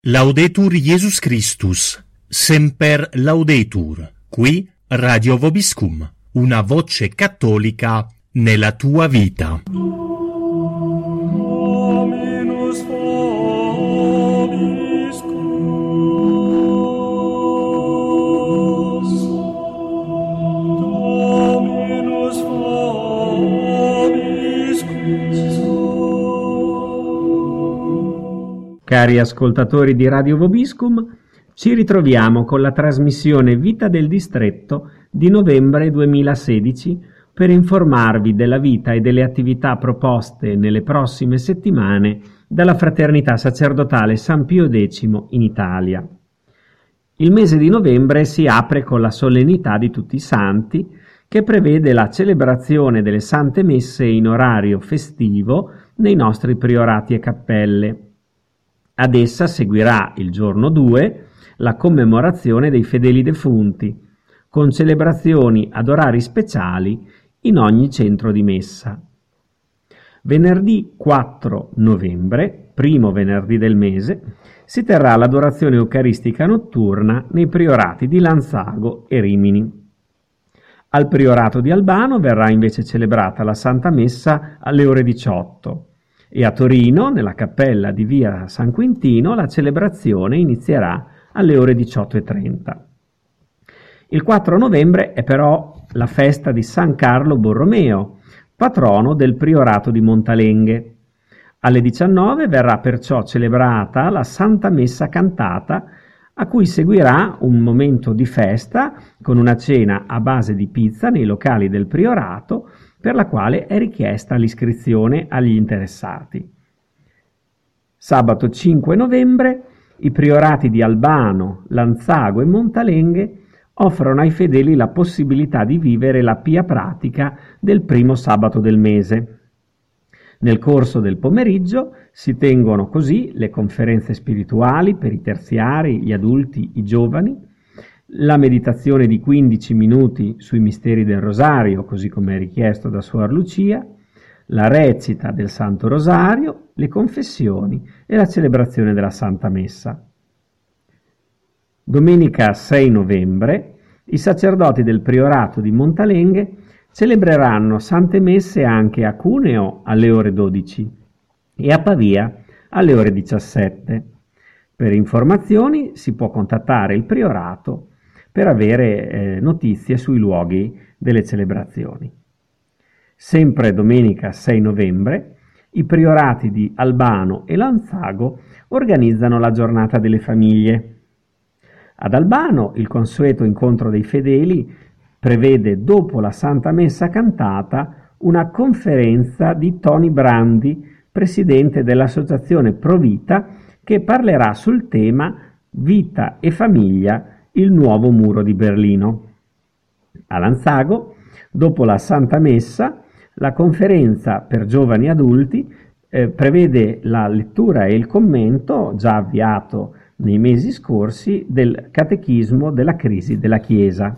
Laudetur Jesus Christus, semper laudetur, qui Radio Vobiscum, una voce cattolica nella tua vita. Dominus vobiscus, Dominus vobiscus. Cari ascoltatori di Radio Vobiscum, ci ritroviamo con la trasmissione Vita del Distretto di novembre 2016 per informarvi della vita e delle attività proposte nelle prossime settimane dalla Fraternità Sacerdotale San Pio X in Italia. Il mese di novembre si apre con la solennità di tutti i santi, che prevede la celebrazione delle Sante Messe in orario festivo nei nostri priorati e cappelle. Ad essa seguirà il giorno 2 la commemorazione dei fedeli defunti, con celebrazioni ad orari speciali in ogni centro di messa. Venerdì 4 novembre, primo venerdì del mese, si terrà l'adorazione eucaristica notturna nei priorati di Lanzago e Rimini. Al priorato di Albano verrà invece celebrata la Santa Messa alle ore 18 e a Torino, nella cappella di via San Quintino, la celebrazione inizierà alle ore 18:30. Il 4 novembre è però la festa di San Carlo Borromeo, patrono del priorato di Montalenghe. Alle 19 verrà perciò celebrata la Santa Messa cantata, a cui seguirà un momento di festa con una cena a base di pizza nei locali del priorato, per la quale è richiesta l'iscrizione agli interessati. Sabato 5 novembre i priorati di Albano, Lanzago e Montalenghe offrono ai fedeli la possibilità di vivere la pia pratica del primo sabato del mese. Nel corso del pomeriggio si tengono così le conferenze spirituali per i terziari, gli adulti, i giovani, la meditazione di 15 minuti sui misteri del Rosario, così come è richiesto da Suor Lucia, la recita del Santo Rosario, le confessioni e la celebrazione della Santa Messa. Domenica 6 novembre i sacerdoti del priorato di Montalenghe celebreranno Sante Messe anche a Cuneo alle ore 12 e a Pavia alle ore 17. Per informazioni si può contattare il priorato per avere notizie sui luoghi delle celebrazioni. Sempre domenica 6 novembre i priorati di Albano e Lanzago organizzano la giornata delle famiglie. Ad Albano il consueto incontro dei fedeli prevede, dopo la Santa Messa cantata, una conferenza di Toni Brandi, presidente dell'associazione Provita, che parlerà sul tema Vita e famiglia, il nuovo muro di Berlino. A Lanzago, dopo la Santa Messa, la conferenza per giovani adulti prevede la lettura e il commento, già avviato nei mesi scorsi, del Catechismo della crisi della Chiesa.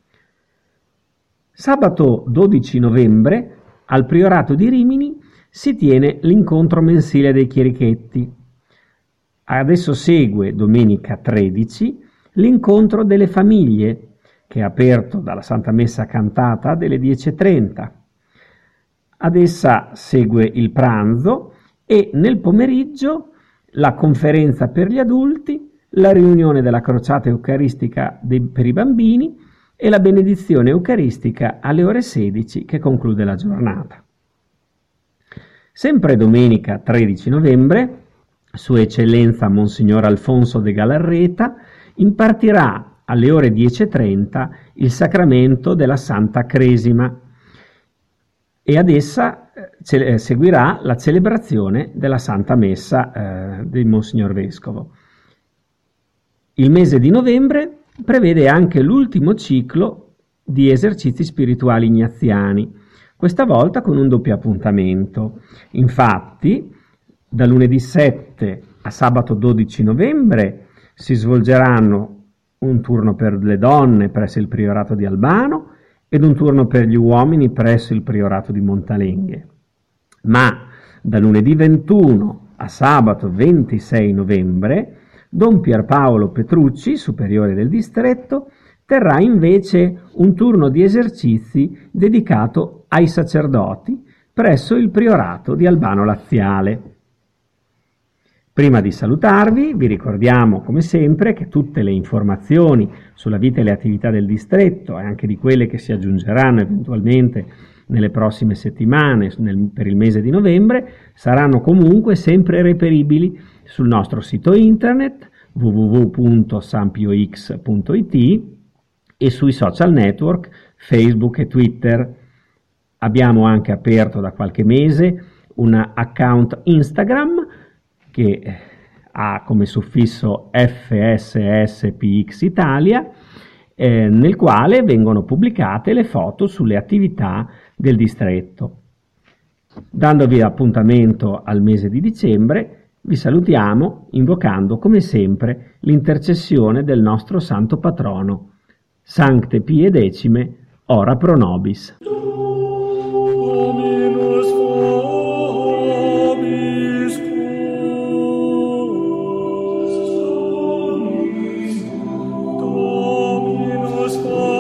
Sabato 12 novembre, al Priorato di Rimini, si tiene l'incontro mensile dei chierichetti. Adesso segue, domenica 13, l'incontro delle famiglie, che è aperto dalla Santa Messa cantata delle 10:30. Ad essa segue il pranzo e nel pomeriggio la conferenza per gli adulti, la riunione della crociata eucaristica per i bambini e la benedizione eucaristica alle ore 16 che conclude la giornata. Sempre domenica 13 novembre, Sua Eccellenza Monsignor Alfonso de Galarreta impartirà alle ore 10:30 il sacramento della Santa Cresima e ad essa seguirà la celebrazione della Santa Messa del Monsignor Vescovo. Il mese di novembre prevede anche l'ultimo ciclo di esercizi spirituali ignaziani, questa volta con un doppio appuntamento. Infatti, da lunedì 7 a sabato 12 novembre si svolgeranno un turno per le donne presso il priorato di Albano ed un turno per gli uomini presso il priorato di Montalenghe. Ma da lunedì 21 a sabato 26 novembre Don Pierpaolo Petrucci, superiore del distretto, terrà invece un turno di esercizi dedicato ai sacerdoti presso il priorato di Albano Laziale. Prima di salutarvi, vi ricordiamo come sempre che tutte le informazioni sulla vita e le attività del distretto e anche di quelle che si aggiungeranno eventualmente nelle prossime settimane per il mese di novembre saranno comunque sempre reperibili sul nostro sito internet www.sampiox.it e sui social network Facebook e Twitter. Abbiamo anche aperto da qualche mese un account Instagram che ha come suffisso FSSPX Italia, nel quale vengono pubblicate le foto sulle attività del distretto. Dandovi appuntamento al mese di dicembre, vi salutiamo invocando come sempre l'intercessione del nostro santo patrono, Sancte Pie Decime, ora pro nobis. Dominus vobiscum. Dominus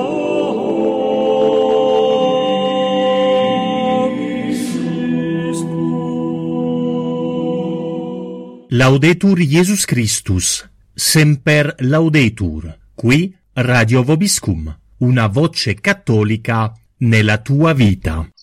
vobiscum. Laudetur Jesus Christus, semper laudetur, qui Radio Vobiscum, una voce cattolica nella tua vita.